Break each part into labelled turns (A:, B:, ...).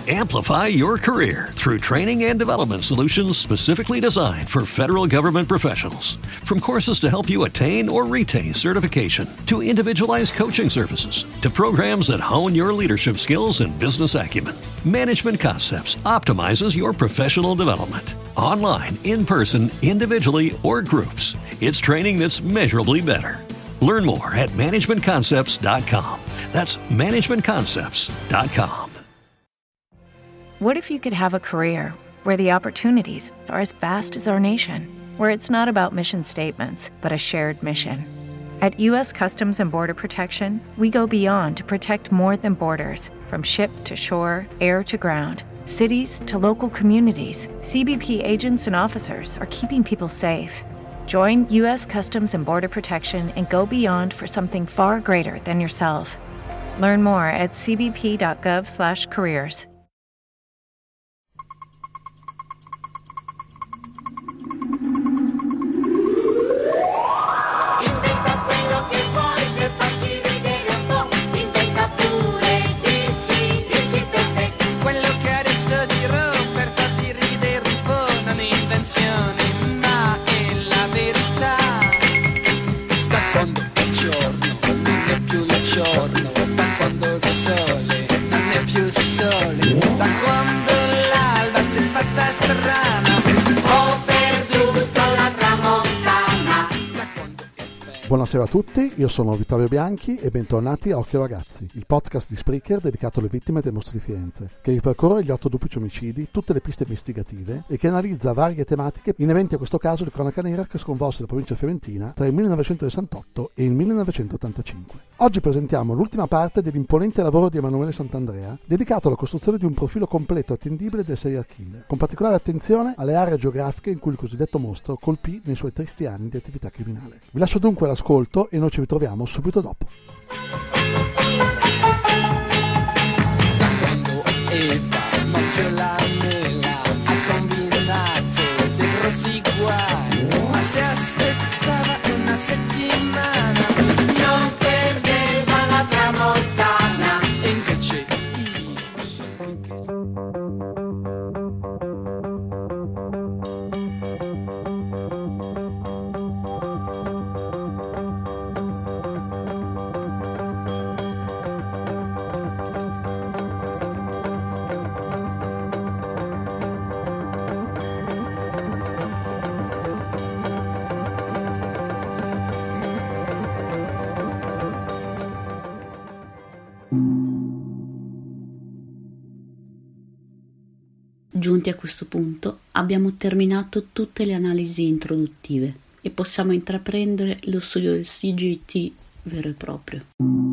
A: Amplify your career through training and development solutions specifically designed for federal government professionals. From courses to help you attain or retain certification, to individualized coaching services, to programs that hone your leadership skills and business acumen, Management Concepts optimizes your professional development. Online, in person, individually, or groups, it's training that's measurably better. Learn more at managementconcepts.com. That's managementconcepts.com.
B: What if you could have a career where the opportunities are as vast as our nation, where it's not about mission statements, but a shared mission? At U.S. Customs and Border Protection, we go beyond to protect more than borders. From ship to shore, air to ground, cities to local communities, CBP agents and officers are keeping people safe. Join U.S. Customs and Border Protection and go beyond for something far greater than yourself. Learn more at cbp.gov/careers.
C: Buonasera a tutti, io sono Vittorio Bianchi e bentornati a Occhio Ragazzi, il podcast di Spreaker dedicato alle vittime del mostro di Firenze, che ripercorre gli 8 duplici omicidi, tutte le piste investigative e che analizza varie tematiche inerenti a questo caso di cronaca nera che sconvolse la provincia fiorentina tra il 1968 e il 1985. Oggi presentiamo l'ultima parte dell'imponente lavoro di Emanuele Sant'Andrea, dedicato alla costruzione di un profilo completo e attendibile del serial killer, con particolare attenzione alle aree geografiche in cui il cosiddetto mostro colpì nei suoi tristi anni di attività criminale. Vi lascio dunque l'ascolto e noi ci ritroviamo subito dopo.
D: Quando Eva mangiò la mela ha combinato dei grossi guai, ma se aspettava una settimana non perdeva la tramontana. E invece
E: Giunti a questo punto abbiamo terminato tutte le analisi introduttive e possiamo intraprendere lo studio del CGT vero e proprio.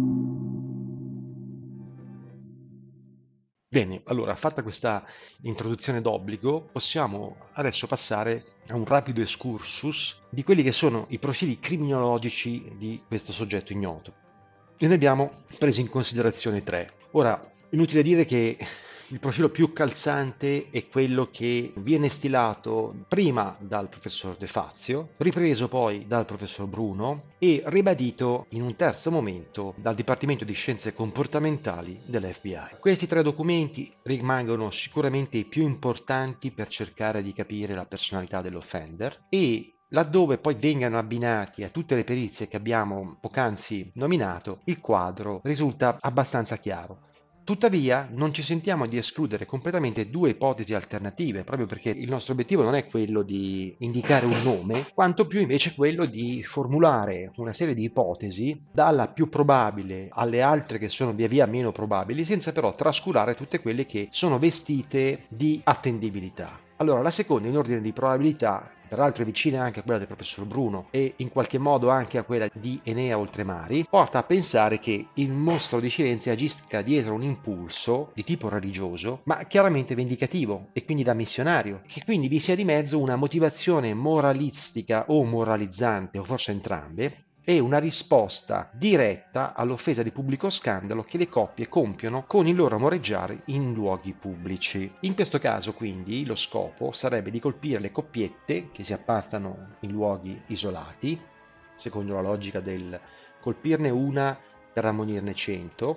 F: Bene, allora, fatta questa introduzione d'obbligo, possiamo adesso passare a un rapido excursus di quelli che sono i profili criminologici di questo soggetto ignoto. E ne abbiamo presi in considerazione 3. Ora, inutile dire che il profilo più calzante è quello che viene stilato prima dal professor De Fazio, ripreso poi dal professor Bruno e ribadito in un terzo momento dal Dipartimento di Scienze Comportamentali dell'FBI. Questi 3 documenti rimangono sicuramente i più importanti per cercare di capire la personalità dell'offender e laddove poi vengano abbinati a tutte le perizie che abbiamo poc'anzi nominato, il quadro risulta abbastanza chiaro. Tuttavia non ci sentiamo di escludere completamente 2 ipotesi alternative, proprio perché il nostro obiettivo non è quello di indicare un nome, quanto più invece quello di formulare una serie di ipotesi dalla più probabile alle altre che sono via via meno probabili, senza però trascurare tutte quelle che sono vestite di attendibilità. Allora, la seconda in ordine di probabilità, peraltro è vicina anche a quella del professor Bruno e in qualche modo anche a quella di Enea Oltremari, porta a pensare che il mostro di Firenze agisca dietro un impulso di tipo religioso, ma chiaramente vendicativo e quindi da missionario, che quindi vi sia di mezzo una motivazione moralistica o moralizzante, o forse entrambe, e una risposta diretta all'offesa di pubblico scandalo che le coppie compiono con il loro amoreggiare in luoghi pubblici. In questo caso, quindi, lo scopo sarebbe di colpire le coppiette che si appartano in luoghi isolati, secondo la logica del colpirne una per ammonirne 100,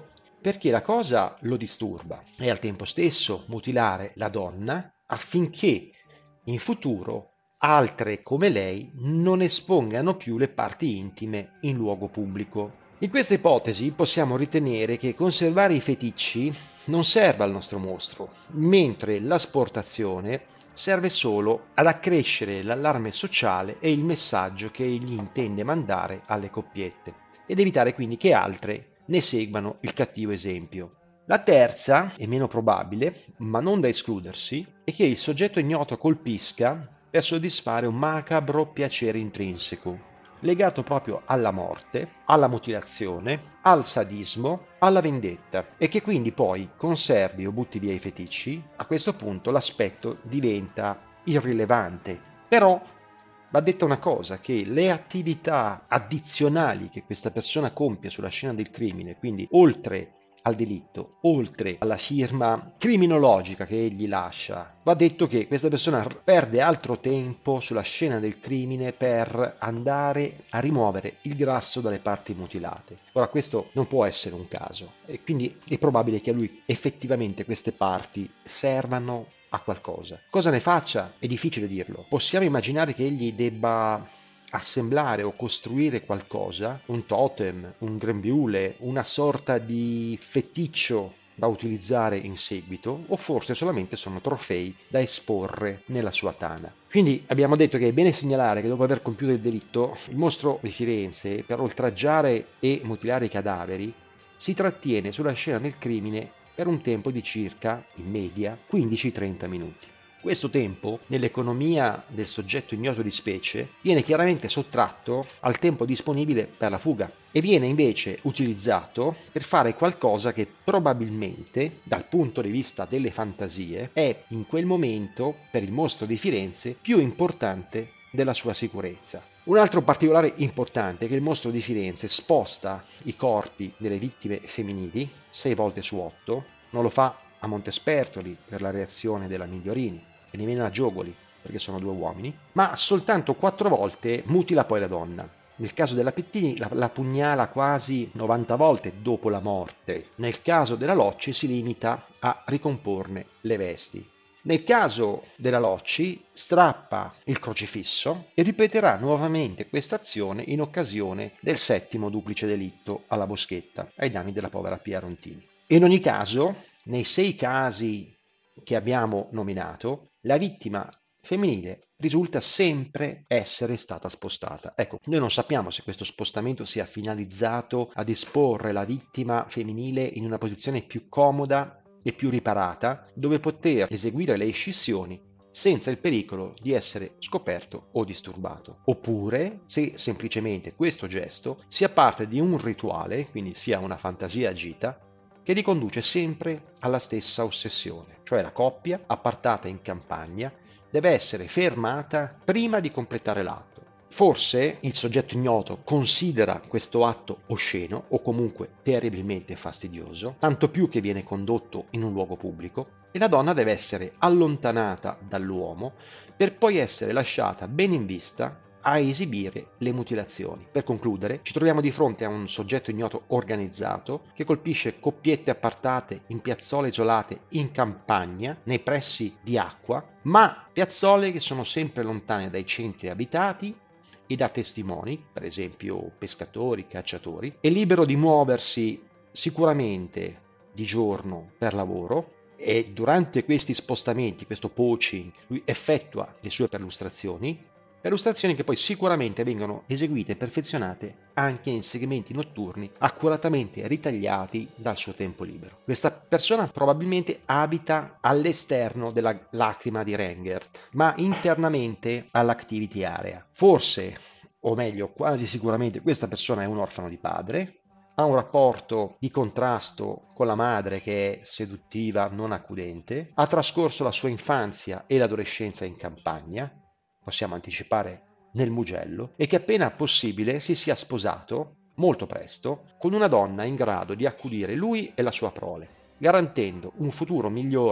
F: perché la cosa lo disturba e al tempo stesso mutilare la donna affinché in futuro altre come lei non espongano più le parti intime in luogo pubblico. In questa ipotesi possiamo ritenere che conservare i feticci non serva al nostro mostro, mentre l'asportazione serve solo ad accrescere l'allarme sociale e il messaggio che egli intende mandare alle coppiette, ed evitare quindi che altre ne seguano il cattivo esempio. La terza, è meno probabile, ma non da escludersi, è che il soggetto ignoto colpisca per soddisfare un macabro piacere intrinseco, legato proprio alla morte, alla mutilazione, al sadismo, alla vendetta, e che quindi poi conservi o butti via i feticci. A questo punto l'aspetto diventa irrilevante. Però va detta una cosa, che le attività addizionali che questa persona compie sulla scena del crimine, quindi oltre al delitto, oltre alla firma criminologica che egli lascia, va detto che questa persona perde altro tempo sulla scena del crimine per andare a rimuovere il grasso dalle parti mutilate. Ora, questo non può essere un caso, e quindi è probabile che a lui effettivamente queste parti servano a qualcosa. Cosa ne faccia? È difficile dirlo. Possiamo immaginare che egli debba assemblare o costruire qualcosa, un totem, un grembiule, una sorta di feticcio da utilizzare in seguito, o forse solamente sono trofei da esporre nella sua tana. Quindi abbiamo detto che è bene segnalare che dopo aver compiuto il delitto, il mostro di Firenze, per oltraggiare e mutilare i cadaveri, si trattiene sulla scena del crimine per un tempo di circa, in media, 15-30 minuti. Questo tempo, nell'economia del soggetto ignoto di specie, viene chiaramente sottratto al tempo disponibile per la fuga e viene invece utilizzato per fare qualcosa che probabilmente, dal punto di vista delle fantasie, è in quel momento, per il mostro di Firenze, più importante della sua sicurezza. Un altro particolare importante è che il mostro di Firenze sposta i corpi delle vittime femminili 6 volte su 8, non lo fa a Montespertoli per la reazione della Migliorini, e nemmeno a Giogoli, perché sono 2 uomini, ma soltanto 4 volte mutila poi la donna. Nel caso della Pettini la pugnala quasi 90 volte dopo la morte. Nel caso della Locci si limita a ricomporne le vesti. Nel caso della Locci strappa il crocifisso e ripeterà nuovamente questa azione in occasione del 7° duplice delitto alla Boschetta, ai danni della povera Pia Rontini. In ogni caso, nei 6 casi che abbiamo nominato, la vittima femminile risulta sempre essere stata spostata. Ecco, noi non sappiamo se questo spostamento sia finalizzato ad esporre la vittima femminile in una posizione più comoda e più riparata, dove poter eseguire le escissioni senza il pericolo di essere scoperto o disturbato, oppure se semplicemente questo gesto sia parte di un rituale, quindi sia una fantasia agita, che riconduce sempre alla stessa ossessione, cioè la coppia, appartata in campagna, deve essere fermata prima di completare l'atto. Forse il soggetto ignoto considera questo atto osceno o comunque terribilmente fastidioso, tanto più che viene condotto in un luogo pubblico, e la donna deve essere allontanata dall'uomo per poi essere lasciata ben in vista a esibire le mutilazioni. Per concludere, ci troviamo di fronte a un soggetto ignoto organizzato che colpisce coppiette appartate in piazzole isolate in campagna, nei pressi di acqua, ma piazzole che sono sempre lontane dai centri abitati e da testimoni, per esempio pescatori, cacciatori, è libero di muoversi sicuramente di giorno per lavoro, e durante questi spostamenti, questo poaching, lui effettua le sue perlustrazioni che poi sicuramente vengono eseguite e perfezionate anche in segmenti notturni accuratamente ritagliati dal suo tempo libero. Questa persona probabilmente abita all'esterno della lacrima di Rengert, ma internamente all'activity area. Forse, o meglio, quasi sicuramente questa persona è un orfano di padre, ha un rapporto di contrasto con la madre che è seduttiva, non accudente, ha trascorso la sua infanzia e l'adolescenza in campagna, possiamo anticipare nel Mugello, e che appena possibile si sia sposato, molto presto, con una donna in grado di accudire lui e la sua prole, garantendo un futuro migliore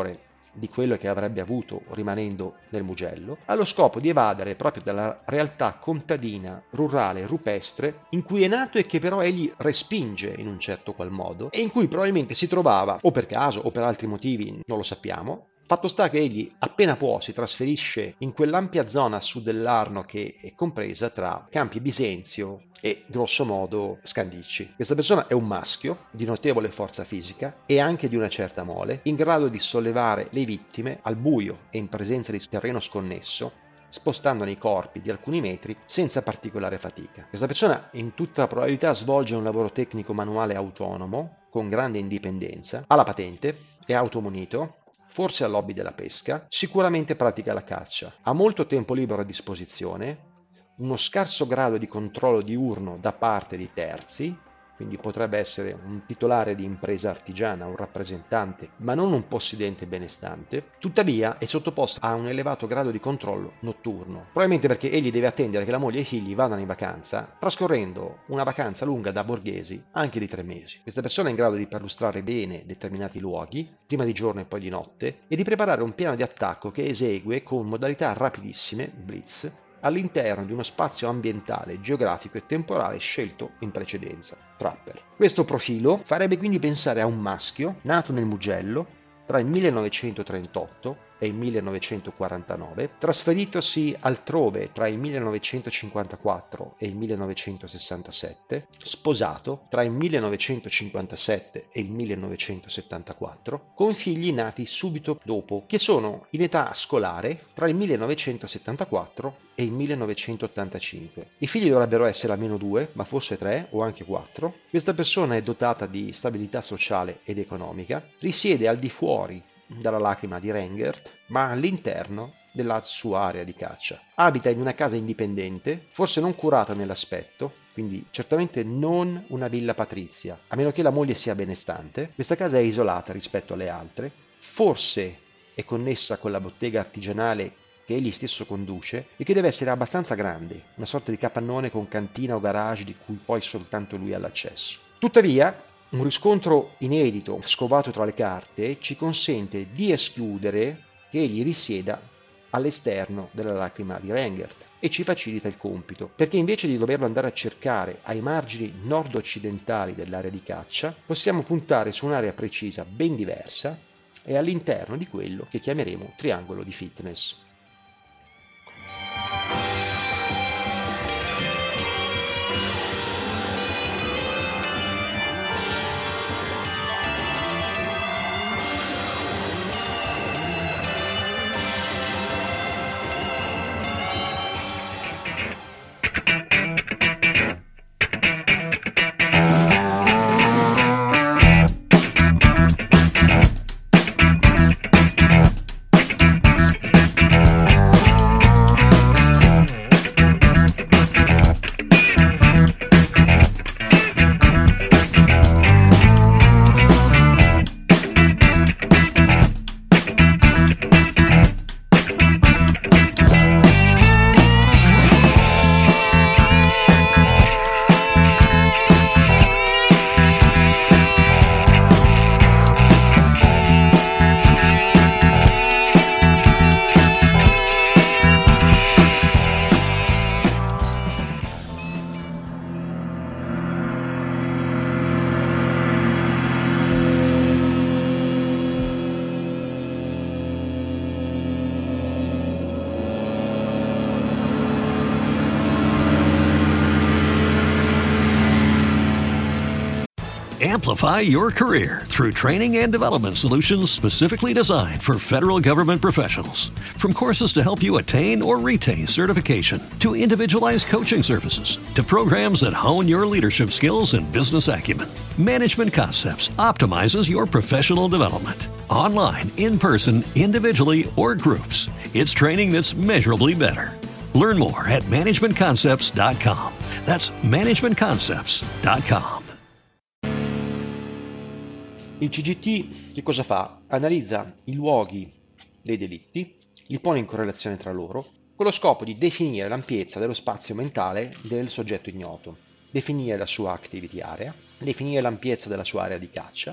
F: di quello che avrebbe avuto rimanendo nel Mugello, allo scopo di evadere proprio dalla realtà contadina, rurale, rupestre, in cui è nato e che però egli respinge in un certo qual modo, e in cui probabilmente si trovava, o per caso o per altri motivi, non lo sappiamo. Fatto sta che egli appena può si trasferisce in quell'ampia zona a sud dell'Arno che è compresa tra Campi Bisenzio e grosso modo Scandicci. Questa persona è un maschio di notevole forza fisica e anche di una certa mole, in grado di sollevare le vittime al buio e in presenza di terreno sconnesso, spostandone i corpi di alcuni metri senza particolare fatica. Questa persona in tutta probabilità svolge un lavoro tecnico manuale autonomo con grande indipendenza, ha la patente, è automunito, forse ha l'hobby della pesca, sicuramente pratica la caccia, ha molto tempo libero a disposizione, uno scarso grado di controllo diurno da parte di terzi, quindi potrebbe essere un titolare di impresa artigiana, un rappresentante, ma non un possidente benestante. Tuttavia è sottoposto a un elevato grado di controllo notturno, probabilmente perché egli deve attendere che la moglie e i figli vadano in vacanza, trascorrendo una vacanza lunga da borghesi anche di 3 mesi. Questa persona è in grado di perlustrare bene determinati luoghi, prima di giorno e poi di notte, e di preparare un piano di attacco che esegue con modalità rapidissime, blitz, all'interno di uno spazio ambientale, geografico e temporale scelto in precedenza, Trapper. Questo profilo farebbe quindi pensare a un maschio nato nel Mugello tra il 1938 e il 1949, trasferitosi altrove tra il 1954 e il 1967, sposato tra il 1957 e il 1974, con figli nati subito dopo, che sono in età scolare tra il 1974 e il 1985. I figli dovrebbero essere almeno 2, ma forse 3 o anche 4. Questa persona è dotata di stabilità sociale ed economica, risiede al di fuori dalla lacrima di Rengert, ma all'interno della sua area di caccia. Abita in una casa indipendente, forse non curata nell'aspetto, quindi certamente non una villa patrizia, a meno che la moglie sia benestante. Questa casa è isolata rispetto alle altre, forse è connessa con la bottega artigianale che egli stesso conduce e che deve essere abbastanza grande, una sorta di capannone con cantina o garage di cui poi soltanto lui ha l'accesso. Tuttavia, un riscontro inedito, scovato tra le carte, ci consente di escludere che egli risieda all'esterno della lacrima di Rengert e ci facilita il compito, perché invece di doverlo andare a cercare ai margini nord-occidentali dell'area di caccia, possiamo puntare su un'area precisa ben diversa e all'interno di quello che chiameremo triangolo di fitness.
A: Amplify your career through training and development solutions specifically designed for federal government professionals. From courses to help you attain or retain certification, to individualized coaching services, to programs that hone your leadership skills and business acumen, Management Concepts optimizes your professional development. Online, in person, individually, or groups, it's training that's measurably better. Learn more at managementconcepts.com. That's managementconcepts.com.
F: Il CGT che cosa fa? Analizza i luoghi dei delitti, li pone in correlazione tra loro, con lo scopo di definire l'ampiezza dello spazio mentale del soggetto ignoto, definire la sua activity area, definire l'ampiezza della sua area di caccia,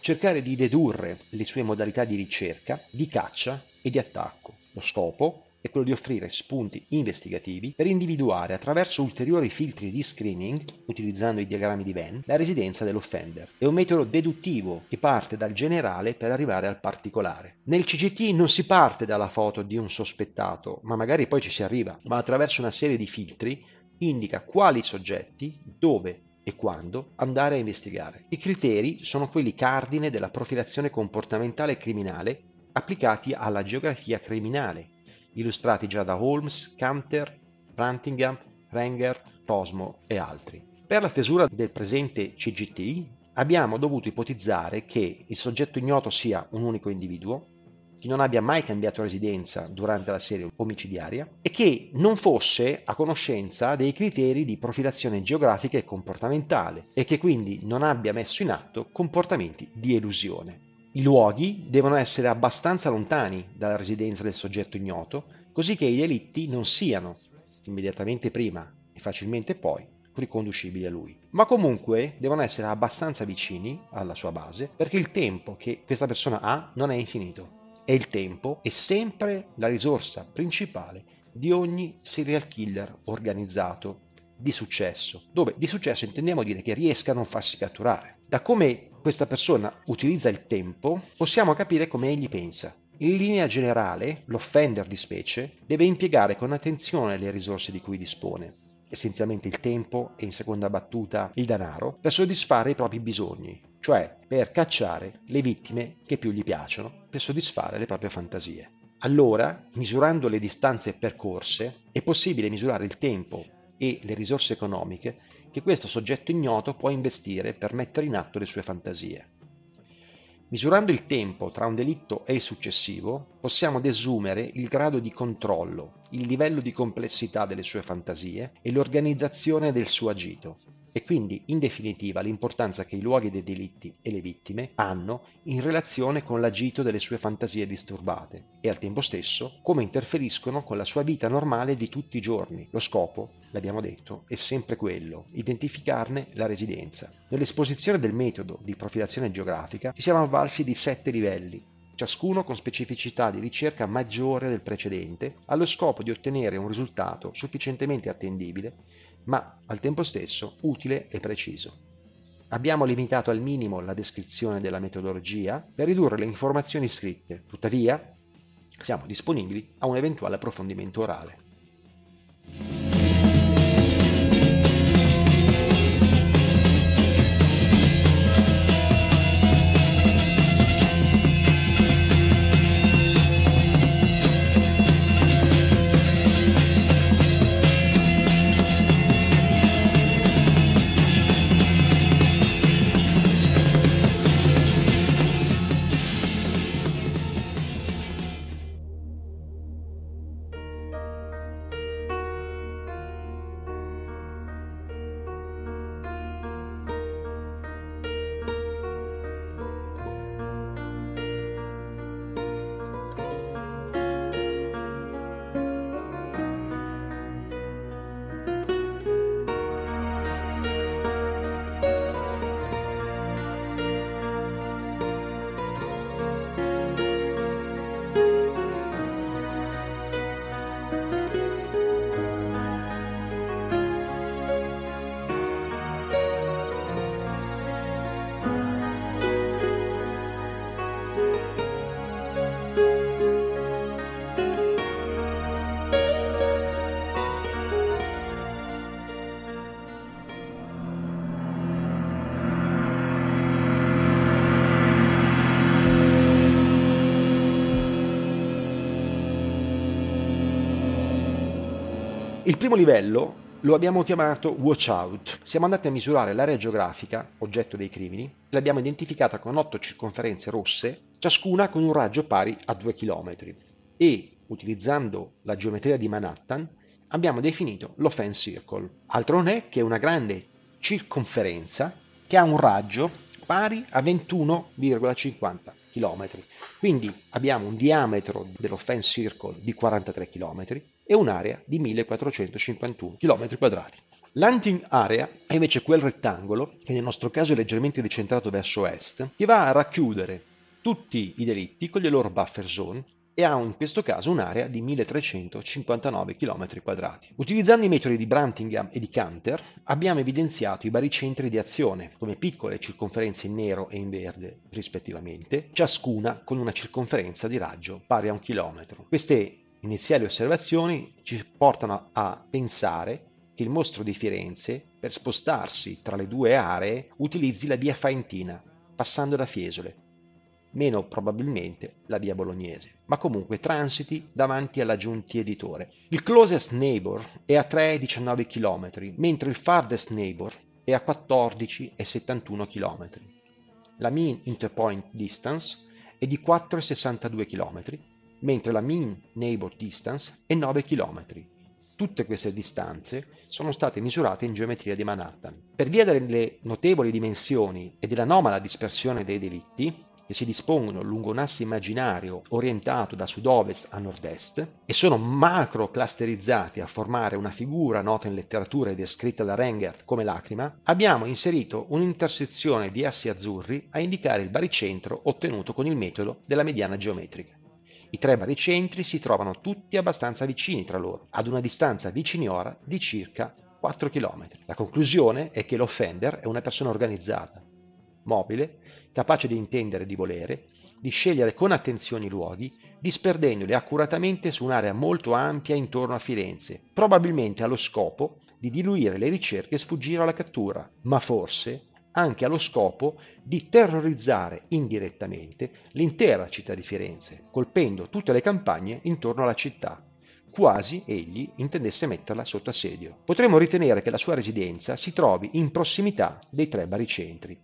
F: cercare di dedurre le sue modalità di ricerca, di caccia e di attacco. Lo scopo è quello di offrire spunti investigativi per individuare attraverso ulteriori filtri di screening, utilizzando i diagrammi di Venn, la residenza dell'offender. È un metodo deduttivo che parte dal generale per arrivare al particolare. Nel CGT non si parte dalla foto di un sospettato, ma magari poi ci si arriva, ma attraverso una serie di filtri indica quali soggetti, dove e quando andare a investigare. I criteri sono quelli cardine della profilazione comportamentale criminale applicati alla geografia criminale, illustrati già da Holmes, Canter, Brantingham, Renger, Rosmo e altri. Per la stesura del presente CGT abbiamo dovuto ipotizzare che il soggetto ignoto sia un unico individuo, che non abbia mai cambiato residenza durante la serie omicidiaria e che non fosse a conoscenza dei criteri di profilazione geografica e comportamentale e che quindi non abbia messo in atto comportamenti di elusione. I luoghi devono essere abbastanza lontani dalla residenza del soggetto ignoto, così che i delitti non siano immediatamente prima e facilmente poi riconducibili a lui. Ma comunque devono essere abbastanza vicini alla sua base, perché il tempo che questa persona ha non è infinito. E il tempo è sempre la risorsa principale di ogni serial killer organizzato di successo, dove di successo intendiamo dire che riesca a non farsi catturare. Da come questa persona utilizza il tempo, possiamo capire come egli pensa. In linea generale, l'offender di specie deve impiegare con attenzione le risorse di cui dispone, essenzialmente il tempo e in seconda battuta il denaro, per soddisfare i propri bisogni, cioè per cacciare le vittime che più gli piacciono, per soddisfare le proprie fantasie. Allora, misurando le distanze percorse, è possibile misurare il tempo e le risorse economiche che questo soggetto ignoto può investire per mettere in atto le sue fantasie. Misurando il tempo tra un delitto e il successivo, possiamo desumere il grado di controllo, il livello di complessità delle sue fantasie e l'organizzazione del suo agito, e quindi, in definitiva, l'importanza che i luoghi dei delitti e le vittime hanno in relazione con l'agito delle sue fantasie disturbate e, al tempo stesso, come interferiscono con la sua vita normale di tutti i giorni. Lo scopo, l'abbiamo detto, è sempre quello, identificarne la residenza. Nell'esposizione del metodo di profilazione geografica ci siamo avvalsi di 7 livelli, ciascuno con specificità di ricerca maggiore del precedente, allo scopo di ottenere un risultato sufficientemente attendibile ma al tempo stesso utile e preciso. Abbiamo limitato al minimo la descrizione della metodologia per ridurre le informazioni scritte, tuttavia siamo disponibili a un eventuale approfondimento orale. Il primo livello lo abbiamo chiamato Watch Out. Siamo andati a misurare l'area geografica, oggetto dei crimini, l'abbiamo identificata con 8 circonferenze rosse, ciascuna con un raggio pari a 2 km. E, utilizzando la geometria di Manhattan, abbiamo definito l'Offense Circle. Altro non è che una grande circonferenza che ha un raggio pari a 21,50 km. Quindi abbiamo un diametro dell'Offense Circle di 43 km e un'area di 1451 km². L'hunting area è invece quel rettangolo, che nel nostro caso è leggermente decentrato verso est, che va a racchiudere tutti i delitti con le loro buffer zone e ha in questo caso un'area di 1359 km². Utilizzando i metodi di Brantingham e di Canter abbiamo evidenziato i baricentri di azione come piccole circonferenze in nero e in verde rispettivamente, ciascuna con una circonferenza di raggio pari a 1 chilometro. Queste iniziali osservazioni ci portano a pensare che il mostro di Firenze, per spostarsi tra le due aree, utilizzi la via Faentina, passando da Fiesole, meno probabilmente la via Bolognese, ma comunque transiti davanti alla Giunti Editore. Il closest neighbor è a 3,19 km, mentre il farthest neighbor è a 14,71 km. La mean interpoint distance è di 4,62 km, mentre la mean neighbor distance è 9 km. Tutte queste distanze sono state misurate in geometria di Manhattan. Per via delle notevoli dimensioni e dell'anomala dispersione dei delitti, che si dispongono lungo un asse immaginario orientato da sud-ovest a nord-est e sono macro clusterizzati a formare una figura nota in letteratura e descritta da Rengert come lacrima, abbiamo inserito un'intersezione di assi azzurri a indicare il baricentro ottenuto con il metodo della mediana geometrica. I tre baricentri si trovano tutti abbastanza vicini tra loro, ad una distanza viciniora di circa 4 km. La conclusione è che l'offender è una persona organizzata, mobile, capace di intendere e di volere, di scegliere con attenzione i luoghi, disperdendoli accuratamente su un'area molto ampia intorno a Firenze, probabilmente allo scopo di diluire le ricerche e sfuggire alla cattura, ma forse anche allo scopo di terrorizzare indirettamente l'intera città di Firenze, colpendo tutte le campagne intorno alla città, quasi egli intendesse metterla sotto assedio. Potremmo ritenere che la sua residenza si trovi in prossimità dei tre baricentri.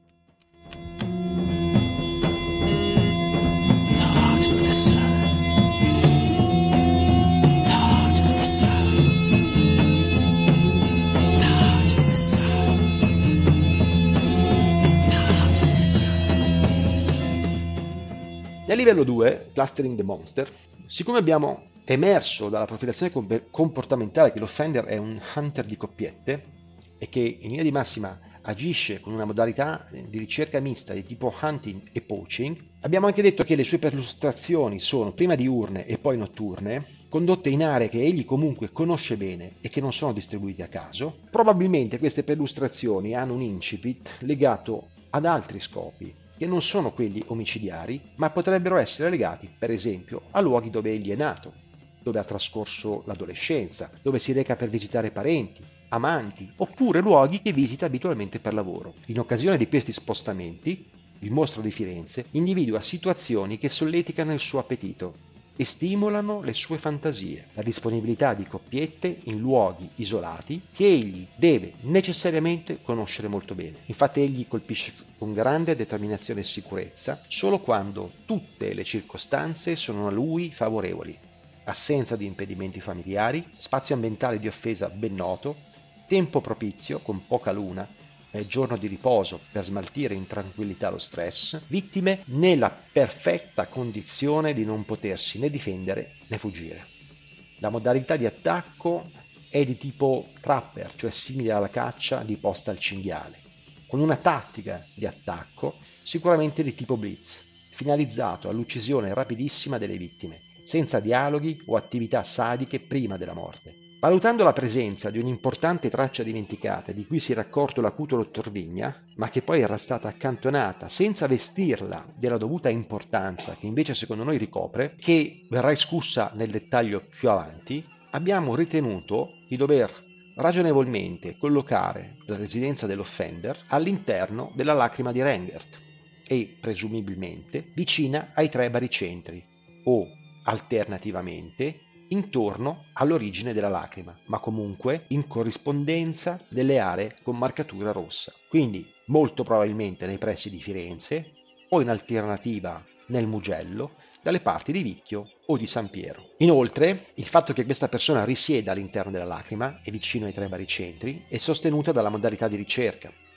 F: Nel livello 2, Clustering the Monster, siccome abbiamo emerso dalla profilazione comportamentale che l'offender è un hunter di coppiette e che in linea di massima agisce con una modalità di ricerca mista di tipo hunting e poaching, abbiamo anche detto che le sue perlustrazioni sono prima diurne e poi notturne, condotte in aree che egli comunque conosce bene e che non sono distribuite a caso. Probabilmente queste perlustrazioni hanno un incipit legato ad altri scopi, che non sono quelli omicidiari, ma potrebbero essere legati, per esempio, a luoghi dove egli è nato, dove ha trascorso l'adolescenza, dove si reca per visitare parenti, amanti, oppure luoghi che visita abitualmente per lavoro. In occasione di questi spostamenti, il mostro di Firenze individua situazioni che solleticano il suo appetito e stimolano le sue fantasie, la disponibilità di coppiette in luoghi isolati che egli deve necessariamente conoscere molto bene. Infatti egli colpisce con grande determinazione e sicurezza solo quando tutte le circostanze sono a lui favorevoli. Assenza di impedimenti familiari, spazio ambientale di offesa ben noto, tempo propizio con poca luna, giorno di riposo per smaltire in tranquillità lo stress, vittime nella perfetta condizione di non potersi né difendere né fuggire. La modalità di attacco è di tipo trapper, cioè simile alla caccia di posta al cinghiale, con una tattica di attacco sicuramente di tipo blitz, finalizzato all'uccisione rapidissima delle vittime, senza dialoghi o attività sadiche prima della morte. Valutando la presenza di un'importante traccia dimenticata di cui si era accorto l'acuto dottor Vigna, ma che poi era stata accantonata senza vestirla della dovuta importanza che invece secondo noi ricopre, che verrà discussa nel dettaglio più avanti, abbiamo ritenuto di dover ragionevolmente collocare la residenza dell'offender all'interno della lacrima di Rengert e, presumibilmente, vicina ai tre baricentri o, alternativamente, intorno all'origine della lacrima, ma comunque in corrispondenza delle aree con marcatura rossa. Quindi molto probabilmente nei pressi di Firenze o in alternativa nel Mugello, dalle parti di Vicchio o di San Piero. Inoltre, il fatto che questa persona risieda all'interno della lacrima e vicino ai tre baricentri è sostenuta dalla modalità di ricerca,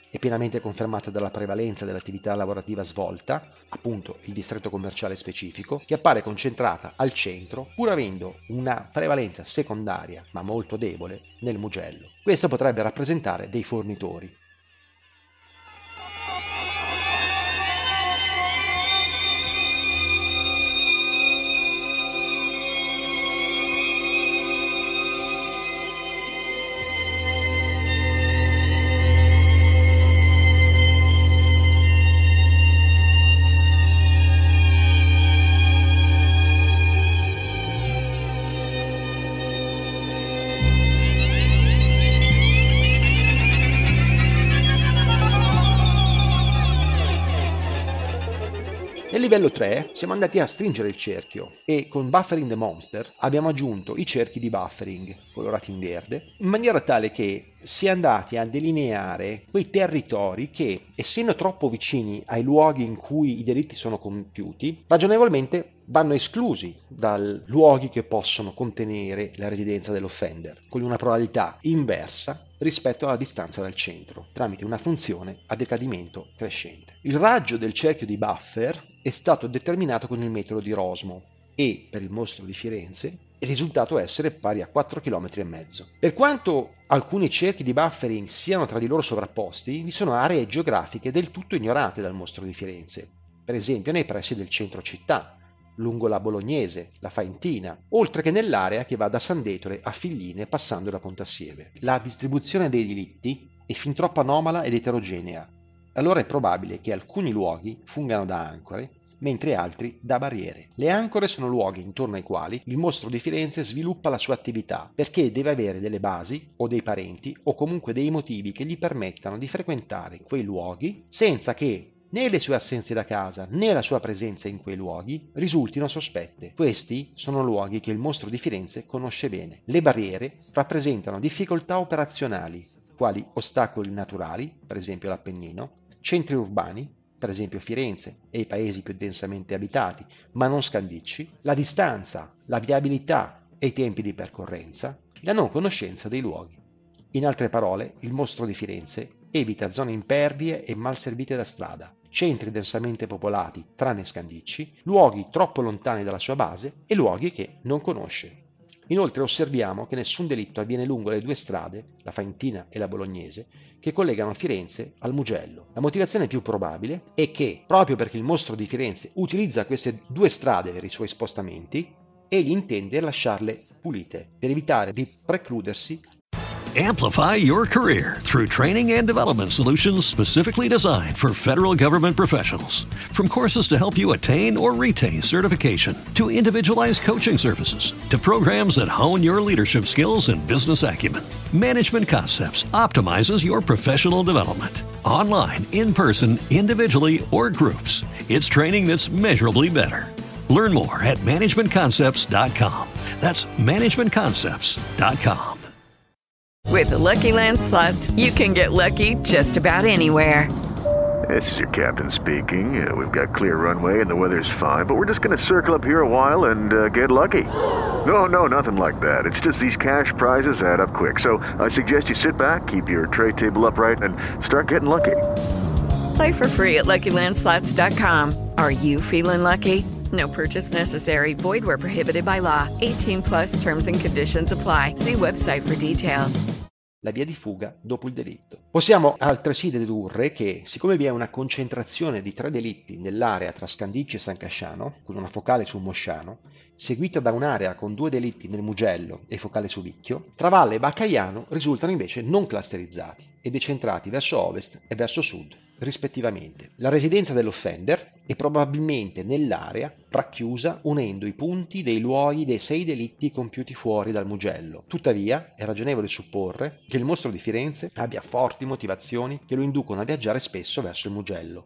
F: è pienamente confermata dalla prevalenza dell'attività lavorativa svolta, appunto il distretto commerciale specifico, che appare concentrata al centro, pur avendo una prevalenza secondaria, ma molto debole, nel Mugello. Questo potrebbe rappresentare dei fornitori. Nel livello 3 siamo andati a stringere il cerchio e con Buffering the Monster abbiamo aggiunto i cerchi di buffering, colorati in verde, in maniera tale che si è andati a delineare quei territori che, essendo troppo vicini ai luoghi in cui i delitti sono compiuti, ragionevolmente vanno esclusi dai luoghi che possono contenere la residenza dell'offender, con una probabilità inversa rispetto alla distanza dal centro, tramite una funzione a decadimento crescente. Il raggio del cerchio di buffer è stato determinato con il metodo di Rosmo e, per il mostro di Firenze, il risultato è essere pari a 4,5 km. Per quanto alcuni cerchi di buffering siano tra di loro sovrapposti, vi sono aree geografiche del tutto ignorate dal mostro di Firenze, per esempio nei pressi del centro città, lungo la Bolognese, la Faentina, oltre che nell'area che va da Sand'Etore a Figline passando da Pontassieve. La distribuzione dei delitti è fin troppo anomala ed eterogenea, allora è probabile che alcuni luoghi fungano da ancore, mentre altri da barriere. Le ancore sono luoghi intorno ai quali il mostro di Firenze sviluppa la sua attività, perché deve avere delle basi o dei parenti o comunque dei motivi che gli permettano di frequentare quei luoghi senza che né le sue assenze da casa né la sua presenza in quei luoghi risultino sospette. Questi sono luoghi che il mostro di Firenze conosce bene. Le barriere rappresentano difficoltà operazionali, quali ostacoli naturali, per esempio l'Appennino, centri urbani, per esempio Firenze e i paesi più densamente abitati, ma non Scandicci, la distanza, la viabilità e i tempi di percorrenza, la non conoscenza dei luoghi. In altre parole, il mostro di Firenze evita zone impervie e mal servite da strada, centri densamente popolati, tranne Scandicci, luoghi troppo lontani dalla sua base e luoghi che non conosce. Inoltre osserviamo che nessun delitto avviene lungo le due strade, la Faentina e la Bolognese, che collegano Firenze al Mugello. La motivazione più probabile è che, proprio perché il mostro di Firenze utilizza queste due strade per i suoi spostamenti, egli intende lasciarle pulite, per evitare di precludersi.
A: Amplify your career through training and development solutions specifically designed for federal government professionals. From courses to help you attain or retain certification, to individualized coaching services, to programs that hone your leadership skills and business acumen, Management Concepts optimizes your professional development. Online, in person, individually, or groups, it's training that's measurably better. Learn more at managementconcepts.com. That's managementconcepts.com.
G: With the Lucky Land Slots, you can get lucky just about anywhere.
H: This is your captain speaking. We've got clear runway and the weather's fine, but we're just going to circle up here a while and get lucky. No, nothing like that. It's just these cash prizes add up quick. So I suggest you sit back, keep your tray table upright, and start getting lucky.
G: Play for free at LuckyLandSlots.com. Are you feeling lucky? No purchase necessary. Void where prohibited by law. 18 plus terms and conditions apply. See website for details.
F: La via di fuga dopo il delitto. Possiamo altresì dedurre che, siccome vi è una concentrazione di 3 delitti nell'area tra Scandicci e San Casciano, con una focale su Mosciano, seguita da un'area con 2 delitti nel Mugello e focale su Vicchio, Travalle e Baccaiano risultano invece non clusterizzati e decentrati verso ovest e verso sud, rispettivamente. La residenza dell'offender è probabilmente nell'area racchiusa unendo i punti dei luoghi dei 6 delitti compiuti fuori dal Mugello. Tuttavia, è ragionevole supporre che il mostro di Firenze abbia forti motivazioni che lo inducono a viaggiare spesso verso il Mugello.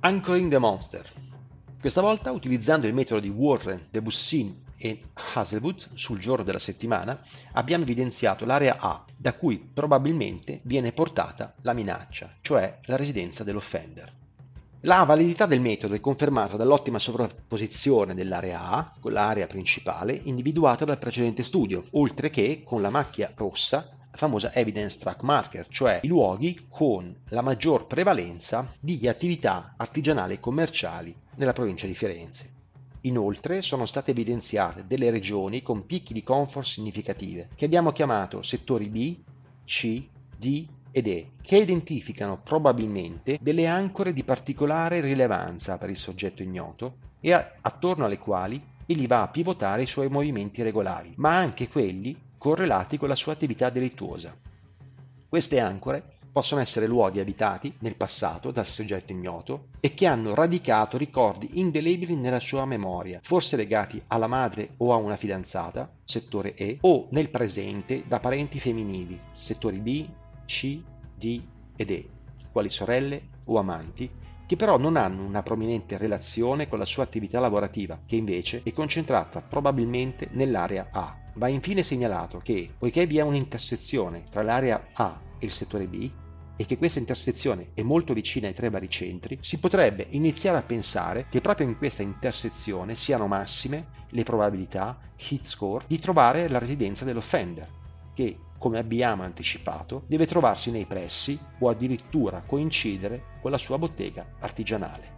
F: Anchoring the Monster. Questa volta, utilizzando il metodo di Warren, Debussy e Hazelwood sul giorno della settimana, abbiamo evidenziato l'area A, da cui probabilmente viene portata la minaccia, cioè la residenza dell'offender. La validità del metodo è confermata dall'ottima sovrapposizione dell'area A con l'area principale individuata dal precedente studio, oltre che con la macchia rossa, la famosa evidence track marker, cioè i luoghi con la maggior prevalenza di attività artigianali e commerciali nella provincia di Firenze. Inoltre sono state evidenziate delle regioni con picchi di comfort significative, che abbiamo chiamato settori B, C, D ed E, che identificano probabilmente delle ancore di particolare rilevanza per il soggetto ignoto e attorno alle quali egli va a pivotare i suoi movimenti regolari, ma anche quelli correlati con la sua attività delittuosa. Queste ancore possono essere luoghi abitati nel passato dal soggetto ignoto e che hanno radicato ricordi indelebili nella sua memoria, forse legati alla madre o a una fidanzata, settore E, o nel presente da parenti femminili, settori B, C, D ed E, quali sorelle o amanti, che però non hanno una prominente relazione con la sua attività lavorativa, che invece è concentrata probabilmente nell'area A. Va infine segnalato che, poiché vi è un'intersezione tra l'area A e il settore B, e che questa intersezione è molto vicina ai tre baricentri, si potrebbe iniziare a pensare che proprio in questa intersezione siano massime le probabilità, hit score, di trovare la residenza dell'offender, che, come abbiamo anticipato, deve trovarsi nei pressi o addirittura coincidere con la sua bottega artigianale.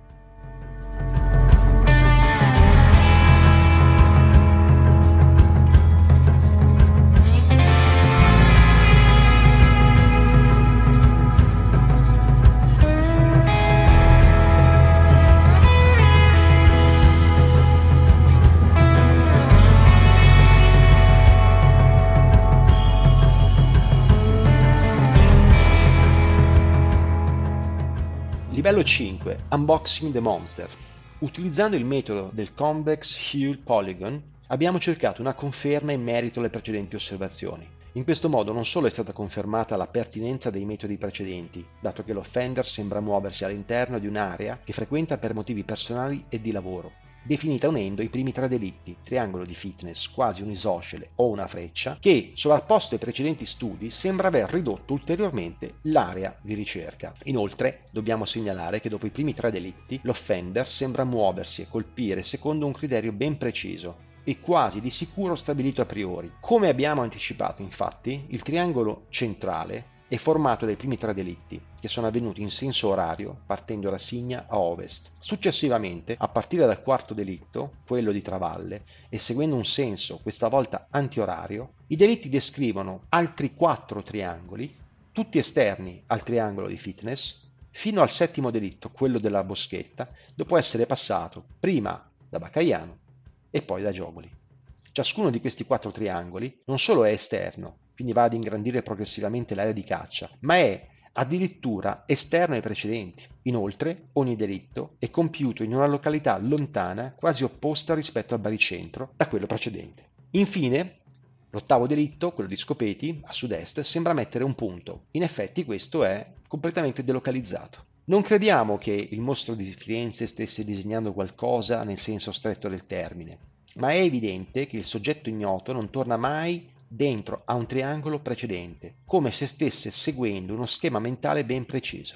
F: Livello 5. Unboxing the Monster. Utilizzando il metodo del Convex Hull Polygon abbiamo cercato una conferma in merito alle precedenti osservazioni. In questo modo non solo è stata confermata la pertinenza dei metodi precedenti, dato che l'offender sembra muoversi all'interno di un'area che frequenta per motivi personali e di lavoro, definita unendo i primi tre delitti, triangolo di fitness, quasi un isoscele o una freccia, che, sovrapposto ai precedenti studi, sembra aver ridotto ulteriormente l'area di ricerca. Inoltre, dobbiamo segnalare che dopo i primi tre delitti, l'offender sembra muoversi e colpire secondo un criterio ben preciso e quasi di sicuro stabilito a priori. Come abbiamo anticipato, infatti, il triangolo centrale è formato dai primi tre delitti, che sono avvenuti in senso orario, partendo da Signa a ovest. Successivamente, a partire dal quarto delitto, quello di Travalle, e seguendo un senso questa volta antiorario, i delitti descrivono altri quattro triangoli, tutti esterni al triangolo di fitness, fino al settimo delitto, quello della Boschetta, dopo essere passato prima da Baccaiano e poi da Giogoli. Ciascuno di questi quattro triangoli non solo è esterno, quindi va ad ingrandire progressivamente l'area di caccia, ma è addirittura esterno ai precedenti. Inoltre, ogni delitto è compiuto in una località lontana, quasi opposta rispetto al baricentro, da quello precedente. Infine, l'ottavo delitto, quello di Scopeti, a sud-est, sembra mettere un punto. In effetti questo è completamente delocalizzato. Non crediamo che il mostro di Firenze stesse disegnando qualcosa nel senso stretto del termine, ma è evidente che il soggetto ignoto non torna mai dentro a un triangolo precedente, come se stesse seguendo uno schema mentale ben preciso.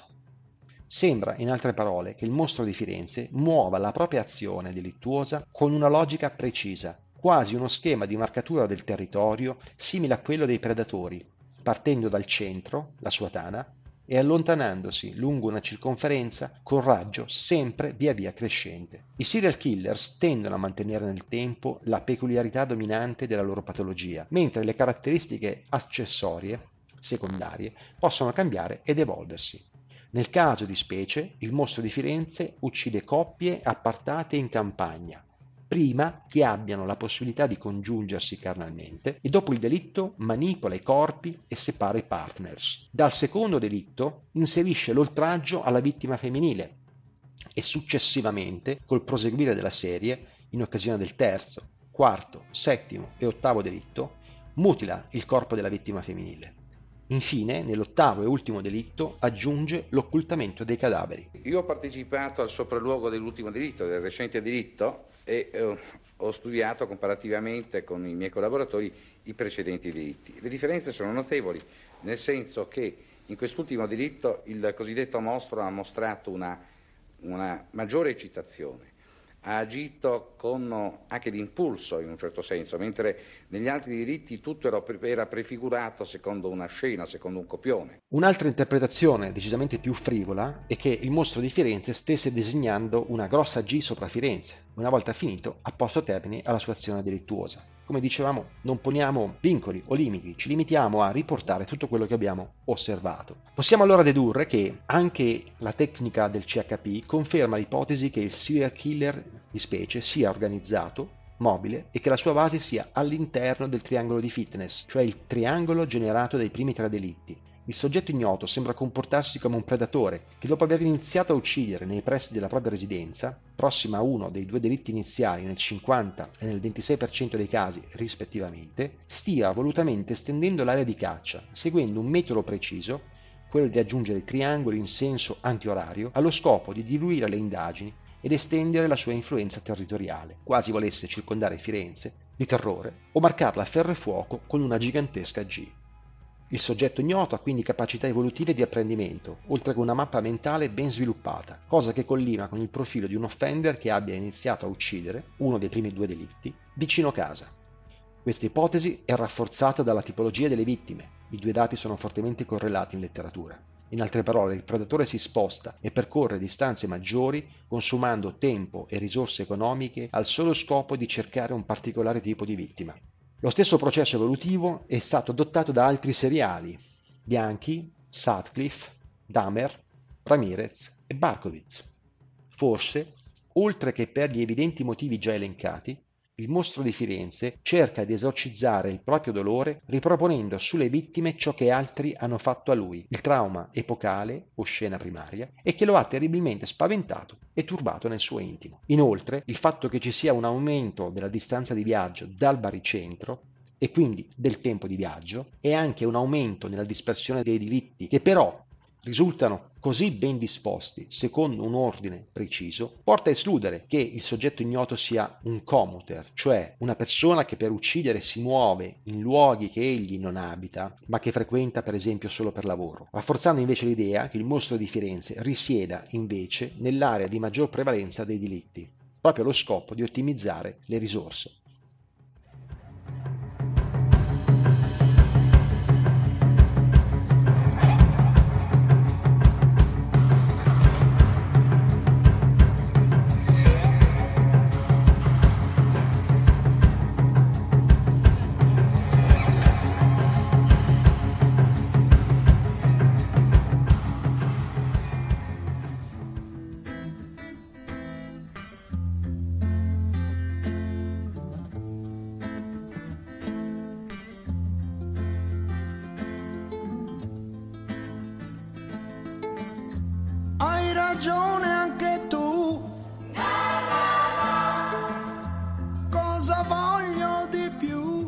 F: Sembra, in altre parole, che il mostro di Firenze muova la propria azione delittuosa con una logica precisa, quasi uno schema di marcatura del territorio simile a quello dei predatori, partendo dal centro, la sua tana, e allontanandosi lungo una circonferenza con raggio sempre via via crescente. I serial killers tendono a mantenere nel tempo la peculiarità dominante della loro patologia, mentre le caratteristiche accessorie, secondarie, possono cambiare ed evolversi. Nel caso di specie, il mostro di Firenze uccide coppie appartate in campagna, prima che abbiano la possibilità di congiungersi carnalmente, e dopo il delitto manipola i corpi e separa i partners. Dal secondo delitto inserisce l'oltraggio alla vittima femminile e successivamente, col proseguire della serie, in occasione del terzo, quarto, settimo e ottavo delitto, mutila il corpo della vittima femminile. Infine, nell'ottavo e ultimo delitto, aggiunge l'occultamento dei cadaveri.
I: Io ho partecipato al sopralluogo dell'ultimo delitto, del recente delitto, e ho studiato comparativamente con i miei collaboratori i precedenti delitti. Le differenze sono notevoli, nel senso che in quest'ultimo delitto il cosiddetto mostro ha mostrato una maggiore eccitazione, ha agito con anche l'impulso in un certo senso, mentre negli altri delitti tutto era prefigurato secondo una scena, secondo un copione.
F: Un'altra interpretazione decisamente più frivola è che il mostro di Firenze stesse disegnando una grossa G sopra Firenze. Una volta finito, ha posto termine alla sua azione delittuosa. Come dicevamo, non poniamo vincoli o limiti, ci limitiamo a riportare tutto quello che abbiamo osservato. Possiamo allora dedurre che anche la tecnica del CHP conferma l'ipotesi che il serial killer di specie sia organizzato, mobile e che la sua base sia all'interno del triangolo di fitness, cioè il triangolo generato dai primi 3 delitti. Il soggetto ignoto sembra comportarsi come un predatore che dopo aver iniziato a uccidere nei pressi della propria residenza, prossima a uno dei 2 delitti iniziali nel 50 e nel 26% dei casi rispettivamente, stia volutamente estendendo l'area di caccia, seguendo un metodo preciso, quello di aggiungere triangoli in senso antiorario, allo scopo di diluire le indagini ed estendere la sua influenza territoriale, quasi volesse circondare Firenze di terrore o marcarla a ferro e fuoco con una gigantesca G. Il soggetto ignoto ha quindi capacità evolutive di apprendimento, oltre che una mappa mentale ben sviluppata, cosa che collima con il profilo di un offender che abbia iniziato a uccidere, uno dei primi 2 delitti, vicino casa. Questa ipotesi è rafforzata dalla tipologia delle vittime, i 2 dati sono fortemente correlati in letteratura. In altre parole, il predatore si sposta e percorre distanze maggiori consumando tempo e risorse economiche al solo scopo di cercare un particolare tipo di vittima. Lo stesso processo evolutivo è stato adottato da altri seriali, Bianchi, Sutcliffe, Dahmer, Ramirez e Barkowitz. Forse, oltre che per gli evidenti motivi già elencati, il mostro di Firenze cerca di esorcizzare il proprio dolore riproponendo sulle vittime ciò che altri hanno fatto a lui, il trauma epocale o scena primaria, e che lo ha terribilmente spaventato e turbato nel suo intimo. Inoltre, il fatto che ci sia un aumento della distanza di viaggio dal baricentro e quindi del tempo di viaggio e anche un aumento nella dispersione dei delitti che però risultano così ben disposti secondo un ordine preciso, porta a escludere che il soggetto ignoto sia un commuter, cioè una persona che per uccidere si muove in luoghi che egli non abita, ma che frequenta per esempio solo per lavoro, rafforzando invece l'idea che il mostro di Firenze risieda invece nell'area di maggior prevalenza dei delitti, proprio allo scopo di ottimizzare le risorse.
D: Hai ragione anche tu. Cosa voglio di più?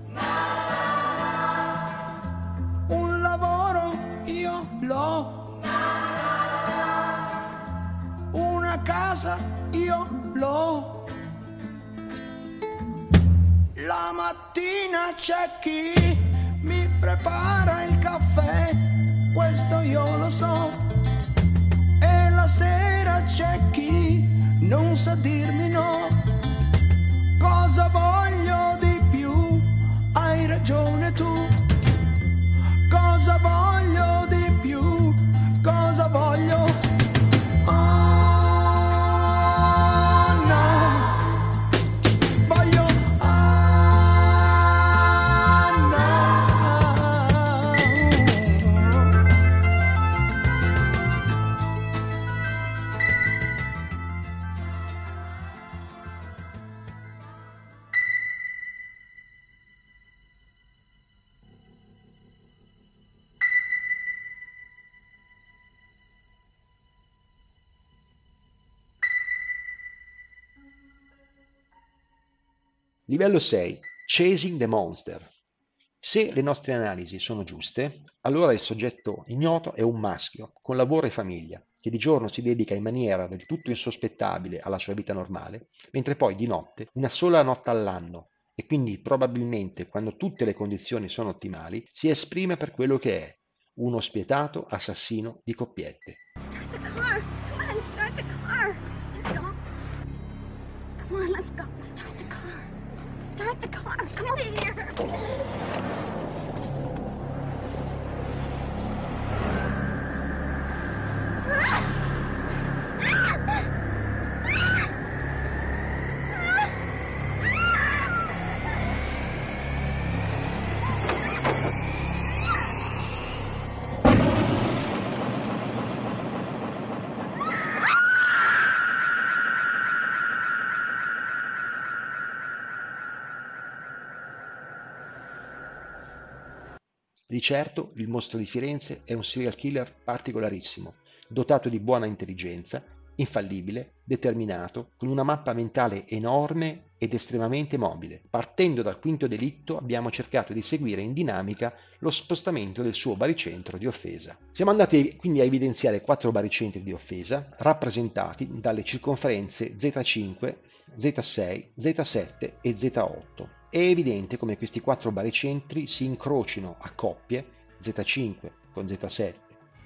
D: Un lavoro io l'ho. Una casa io l'ho. La mattina c'è chi mi prepara il caffè, questo io lo so. E la sera c'è chi non sa dirmi no. Cosa voglio di più? Hai ragione tu. Cosa voglio di più? Cosa voglio? Oh no. Voglio
F: Livello 6. Chasing the Monster. Se le nostre analisi sono giuste, allora il soggetto ignoto è un maschio, con lavoro e famiglia, che di giorno si dedica in maniera del tutto insospettabile alla sua vita normale, mentre poi di notte, una sola notte all'anno, e quindi probabilmente quando tutte le condizioni sono ottimali, si esprime per quello che è, uno spietato assassino di coppiette.
J: Start the car! Come on, start the car! Come on, let's go! Start the car! Start the car! Come on in here!
F: Di certo il mostro di Firenze è un serial killer particolarissimo, dotato di buona intelligenza, infallibile, determinato, con una mappa mentale enorme ed estremamente mobile. Partendo dal quinto delitto abbiamo cercato di seguire in dinamica lo spostamento del suo baricentro di offesa. Siamo andati quindi a evidenziare 4 baricentri di offesa rappresentati dalle circonferenze Z5, Z6, Z7 e Z8. È evidente come questi 4 baricentri si incrocino a coppie, Z5 con Z7,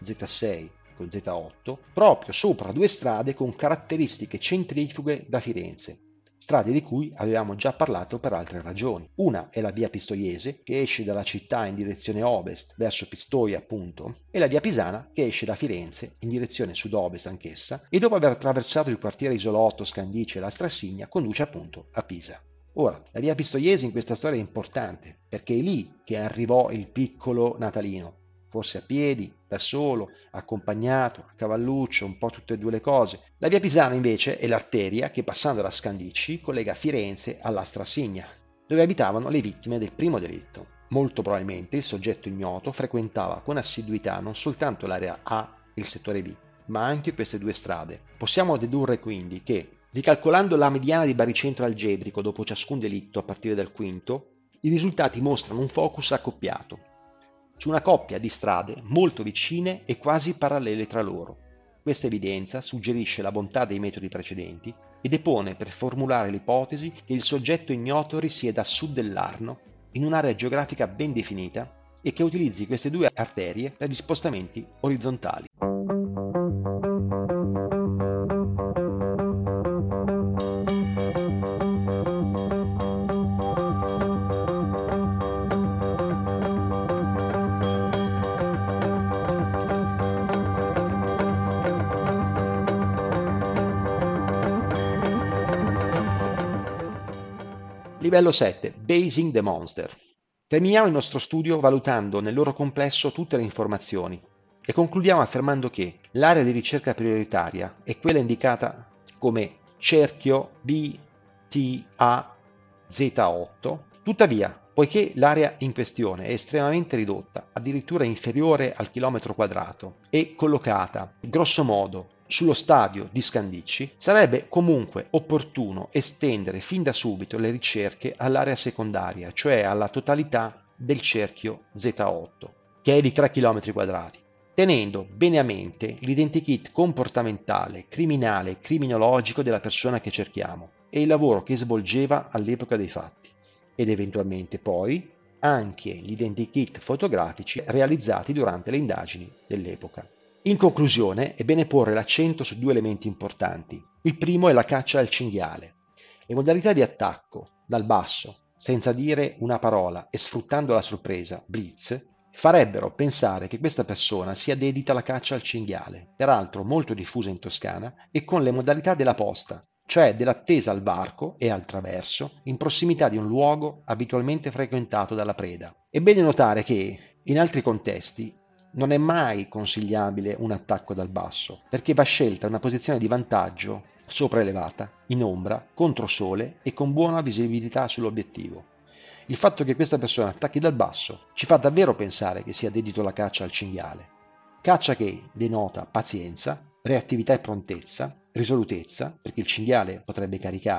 F: Z6 con Z8, proprio sopra 2 strade con caratteristiche centrifughe da Firenze, strade di cui avevamo già parlato per altre ragioni. Una è la via Pistoiese, che esce dalla città in direzione ovest, verso Pistoia appunto, e la via Pisana, che esce da Firenze in direzione sud-ovest anch'essa, e dopo aver attraversato il quartiere Isolotto, Scandicci e la Strassigna, conduce appunto a Pisa. Ora, la via Pistoiese in questa storia è importante, perché è lì che arrivò il piccolo Natalino, forse a piedi, da solo, accompagnato, a cavalluccio, un po' tutte e due le cose. La via Pisana invece è l'arteria che passando da Scandicci collega Firenze alla Strassigna, dove abitavano le vittime del primo delitto. Molto probabilmente il soggetto ignoto frequentava con assiduità non soltanto l'area A e il settore B, ma anche queste 2 strade. Possiamo dedurre quindi che, ricalcolando la mediana di baricentro algebrico dopo ciascun delitto a partire dal quinto, i risultati mostrano un focus accoppiato, su una coppia di strade molto vicine e quasi parallele tra loro. Questa evidenza suggerisce la bontà dei metodi precedenti e depone per formulare l'ipotesi che il soggetto ignoto risieda a sud dell'Arno, in un'area geografica ben definita, e che utilizzi queste 2 arterie per gli spostamenti orizzontali. Livello 7. Basing the Monster. Terminiamo il nostro studio valutando nel loro complesso tutte le informazioni e concludiamo affermando che l'area di ricerca prioritaria è quella indicata come cerchio BTAZ8. Tuttavia, poiché l'area in questione è estremamente ridotta, addirittura inferiore al chilometro quadrato, e collocata, grosso modo, sullo stadio di Scandicci, sarebbe comunque opportuno estendere fin da subito le ricerche all'area secondaria, cioè alla totalità del cerchio Z8, che è di 3 km quadrati, tenendo bene a mente l'identikit comportamentale, criminale e criminologico della persona che cerchiamo e il lavoro che svolgeva all'epoca dei fatti, ed eventualmente poi anche gli identikit fotografici realizzati durante le indagini dell'epoca. In conclusione, è bene porre l'accento su 2 elementi importanti. Il primo è la caccia al cinghiale. Le modalità di attacco, dal basso, senza dire una parola e sfruttando la sorpresa, blitz, farebbero pensare che questa persona sia dedita alla caccia al cinghiale, peraltro molto diffusa in Toscana, e con le modalità della posta, cioè dell'attesa al varco e al traverso, in prossimità di un luogo abitualmente frequentato dalla preda. È bene notare che, in altri contesti, non è mai consigliabile un attacco dal basso, perché va scelta una posizione di vantaggio sopraelevata, in ombra, contro sole e con buona visibilità sull'obiettivo. Il fatto che questa persona attacchi dal basso ci fa davvero pensare che sia dedito alla caccia al cinghiale. Caccia che denota pazienza, reattività e prontezza, risolutezza, perché il cinghiale potrebbe caricare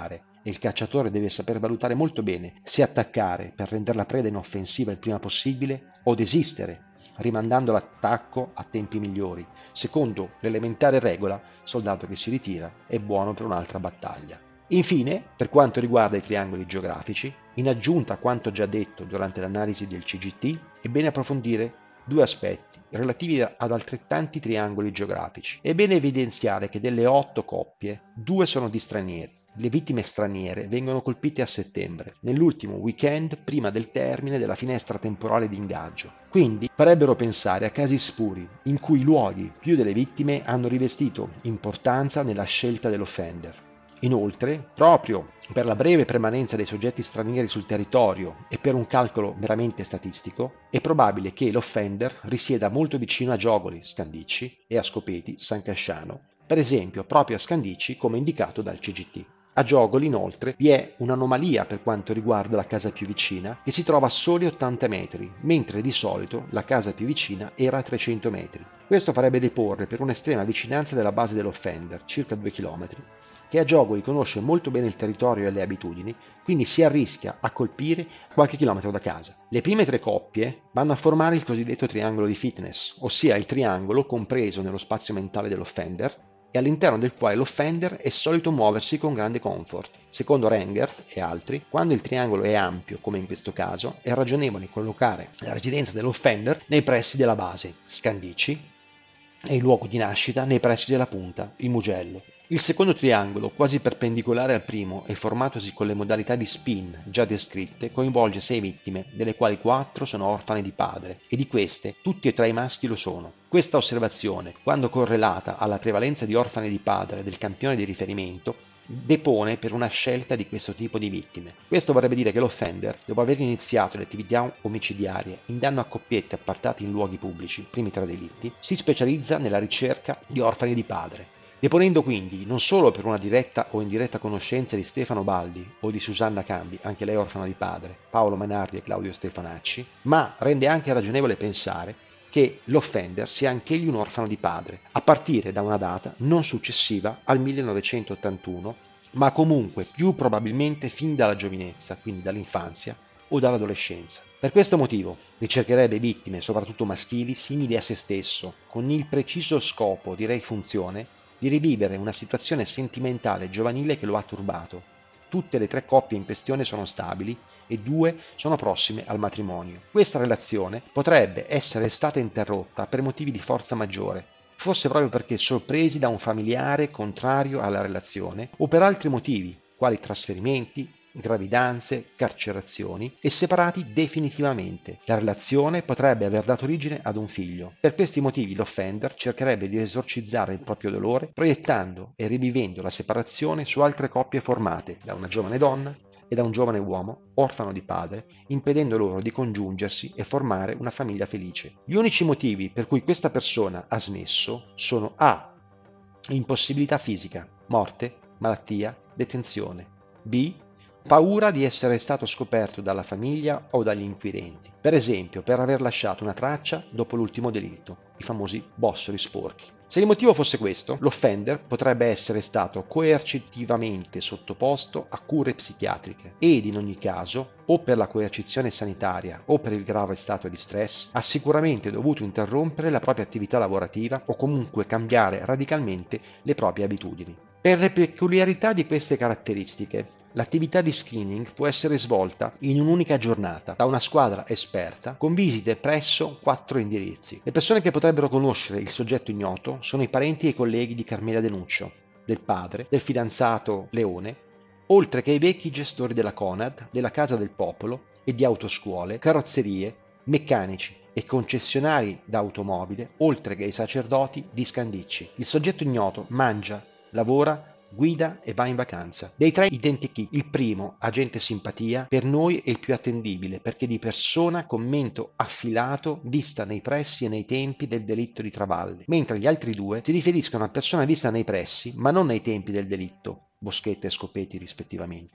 F: e il cacciatore deve saper valutare molto bene se attaccare per rendere la preda inoffensiva il prima possibile o desistere, rimandando l'attacco a tempi migliori. Secondo l'elementare regola, soldato che si ritira è buono per un'altra battaglia. Infine, per quanto riguarda i triangoli geografici, in aggiunta a quanto già detto durante l'analisi del CGT, è bene approfondire due aspetti relativi ad altrettanti triangoli geografici. È bene evidenziare che delle 8 coppie, 2 sono di stranieri. Le vittime straniere vengono colpite a settembre, nell'ultimo weekend prima del termine della finestra temporale di ingaggio. Quindi farebbero pensare a casi spuri, in cui i luoghi più delle vittime hanno rivestito importanza nella scelta dell'offender. Inoltre, proprio per la breve permanenza dei soggetti stranieri sul territorio e per un calcolo meramente statistico, è probabile che l'offender risieda molto vicino a Giogoli, Scandicci, e a Scopeti, San Casciano, per esempio proprio a Scandicci come indicato dal CGT. A Giogoli, inoltre, vi è un'anomalia per quanto riguarda la casa più vicina, che si trova a soli 80 metri, mentre di solito la casa più vicina era a 300 metri. Questo farebbe deporre per un'estrema vicinanza della base dell'offender, circa 2 km, che a Giogoli conosce molto bene il territorio e le abitudini, quindi si arrischia a colpire qualche chilometro da casa. Le prime 3 coppie vanno a formare il cosiddetto triangolo di fitness, ossia il triangolo compreso nello spazio mentale dell'offender e all'interno del quale l'offender è solito muoversi con grande comfort. Secondo Rengert e altri, quando il triangolo è ampio, come in questo caso, è ragionevole collocare la residenza dell'offender nei pressi della base, Scandicci, e il luogo di nascita nei pressi della punta, il Mugello. Il secondo triangolo, quasi perpendicolare al primo e formatosi con le modalità di spin già descritte, coinvolge 6 vittime, delle quali 4 sono orfane di padre, e di queste tutti e 3 i maschi lo sono. Questa osservazione, quando correlata alla prevalenza di orfane di padre del campione di riferimento, depone per una scelta di questo tipo di vittime. Questo vorrebbe dire che l'offender, dopo aver iniziato le attività omicidiarie in danno a coppiette appartate in luoghi pubblici, primi 3 delitti, si specializza nella ricerca di orfani di padre, deponendo quindi non solo per una diretta o indiretta conoscenza di Stefano Baldi o di Susanna Cambi, anche lei orfana di padre, Paolo Mainardi e Claudio Stefanacci, ma rende anche ragionevole pensare che l'offender sia anch'egli un orfano di padre, a partire da una data non successiva al 1981, ma comunque più probabilmente fin dalla giovinezza, quindi dall'infanzia o dall'adolescenza. Per questo motivo ricercherebbe vittime, soprattutto maschili, simili a se stesso, con il preciso scopo, direi funzione, di rivivere una situazione sentimentale giovanile che lo ha turbato. Tutte le 3 coppie in questione sono stabili e 2 sono prossime al matrimonio. Questa relazione potrebbe essere stata interrotta per motivi di forza maggiore, forse proprio perché sorpresi da un familiare contrario alla relazione o per altri motivi, quali trasferimenti, gravidanze, carcerazioni, e separati definitivamente. La relazione potrebbe aver dato origine ad un figlio. Per questi motivi l'offender cercherebbe di esorcizzare il proprio dolore proiettando e rivivendo la separazione su altre coppie formate da una giovane donna e da un giovane uomo, orfano di padre, impedendo loro di congiungersi e formare una famiglia felice. Gli unici motivi per cui questa persona ha smesso sono A. Impossibilità fisica, morte, malattia, detenzione. B. Paura di essere stato scoperto dalla famiglia o dagli inquirenti, per esempio per aver lasciato una traccia dopo l'ultimo delitto, i famosi bossoli sporchi. Se il motivo fosse questo, l'offender potrebbe essere stato coercitivamente sottoposto a cure psichiatriche ed in ogni caso, o per la coercizione sanitaria o per il grave stato di stress, ha sicuramente dovuto interrompere la propria attività lavorativa o comunque cambiare radicalmente le proprie abitudini. Per le peculiarità di queste caratteristiche, l'attività di screening può essere svolta in un'unica giornata da una squadra esperta con visite presso 4 indirizzi. Le persone che potrebbero conoscere il soggetto ignoto sono i parenti e i colleghi di Carmela Denuccio, del padre, del fidanzato Leone, oltre che i vecchi gestori della Conad, della Casa del Popolo e di autoscuole, carrozzerie, meccanici e concessionari d'automobile, oltre che i sacerdoti di Scandicci. Il soggetto ignoto mangia, lavora, guida e va in vacanza. Dei 3 identichi il primo, agente simpatia, per noi è il più attendibile perché di persona commento affilato vista nei pressi e nei tempi del delitto di Travalle, mentre gli altri 2 si riferiscono a persona vista nei pressi ma non nei tempi del delitto, Boschetta e Scopeti rispettivamente.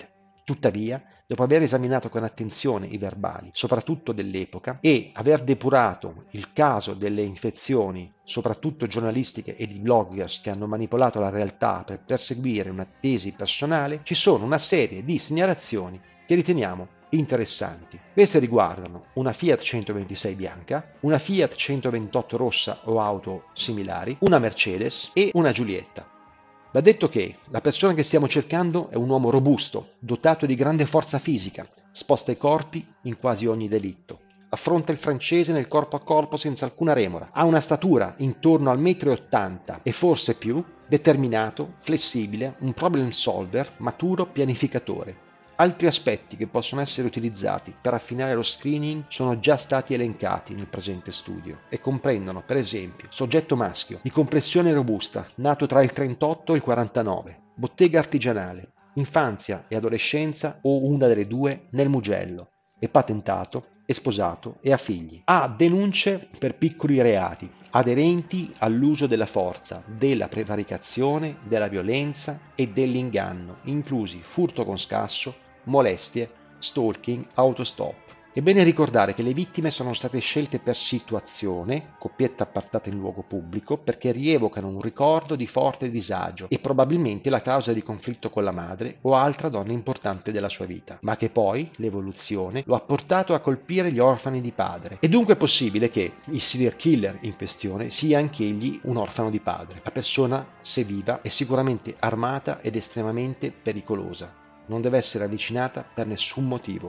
F: Tuttavia, dopo aver esaminato con attenzione i verbali, soprattutto dell'epoca, e aver depurato il caso delle infezioni, soprattutto giornalistiche e di bloggers che hanno manipolato la realtà per perseguire una tesi personale, ci sono una serie di segnalazioni che riteniamo interessanti. Queste riguardano una Fiat 126 bianca, una Fiat 128 rossa o auto similari, una Mercedes e una Giulietta. Va detto che la persona che stiamo cercando è un uomo robusto, dotato di grande forza fisica, sposta i corpi in quasi ogni delitto. Affronta il francese nel corpo a corpo senza alcuna remora. Ha una statura intorno al 1,80 m e forse più, determinato, flessibile, un problem solver, maturo, pianificatore. Altri aspetti che possono essere utilizzati per affinare lo screening sono già stati elencati nel presente studio e comprendono, per esempio, soggetto maschio, di compressione robusta, nato tra il 38 e il 49, bottega artigianale, infanzia e adolescenza o una delle due nel Mugello, è patentato, è sposato e ha figli. Ha denunce per piccoli reati aderenti all'uso della forza, della prevaricazione, della violenza e dell'inganno, inclusi furto con scasso, molestie, stalking, autostop. È bene ricordare che le vittime sono state scelte per situazione, coppietta appartata in luogo pubblico, perché rievocano un ricordo di forte disagio e probabilmente la causa di conflitto con la madre o altra donna importante della sua vita, ma che poi l'evoluzione lo ha portato a colpire gli orfani di padre. È dunque possibile che il serial killer in questione sia anch'egli un orfano di padre. La persona, se viva, è sicuramente armata ed estremamente pericolosa. Non deve essere avvicinata per nessun motivo.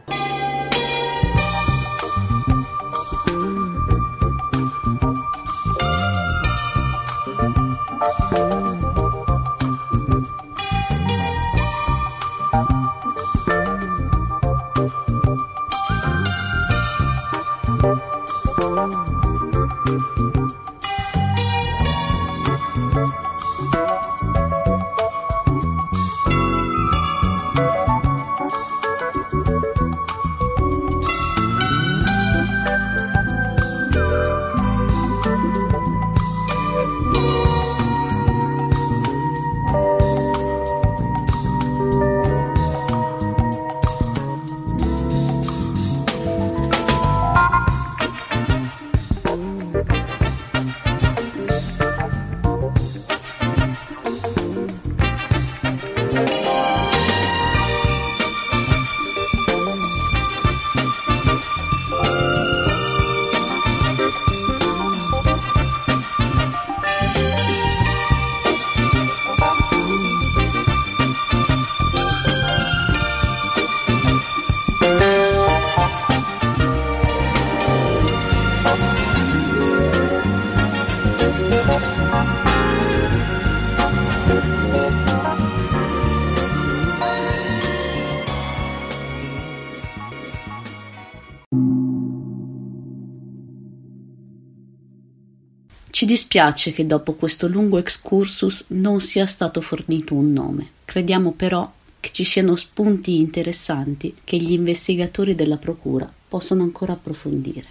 E: Ci dispiace che dopo questo lungo excursus non sia stato fornito un nome. Crediamo però che ci siano spunti interessanti che gli investigatori della Procura possono ancora approfondire.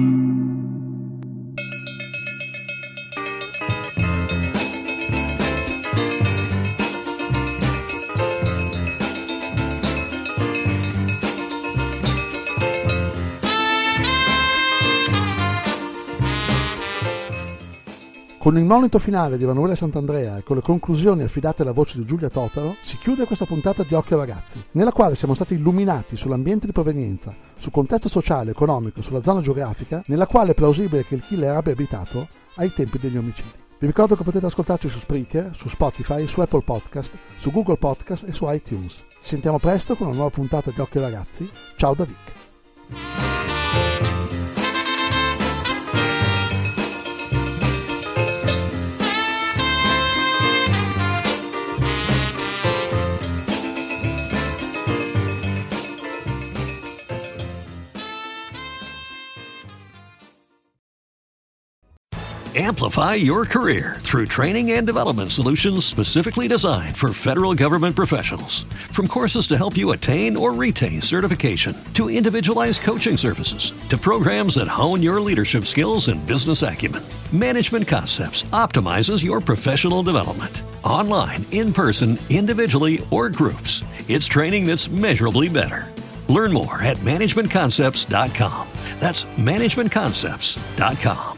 C: Con il monito finale di Emanuele Sant'Andrea e con le conclusioni affidate alla voce di Giulia Totaro, si chiude questa puntata di Occhio Ragazzi, nella quale siamo stati illuminati sull'ambiente di provenienza, sul contesto sociale, economico, sulla zona geografica, nella quale è plausibile che il killer abbia abitato ai tempi degli omicidi. Vi ricordo che potete ascoltarci su Spreaker, su Spotify, su Apple Podcast, su Google Podcast e su iTunes. Ci sentiamo presto con una nuova puntata di Occhio Ragazzi. Ciao da Vic.
A: Amplify your career through training and development solutions specifically designed for federal government professionals. From courses to help you attain or retain certification, to individualized coaching services, to programs that hone your leadership skills and business acumen, Management Concepts optimizes your professional development. Online, in person, individually, or groups, It's training that's measurably better. Learn more at managementconcepts.com. That's managementconcepts.com.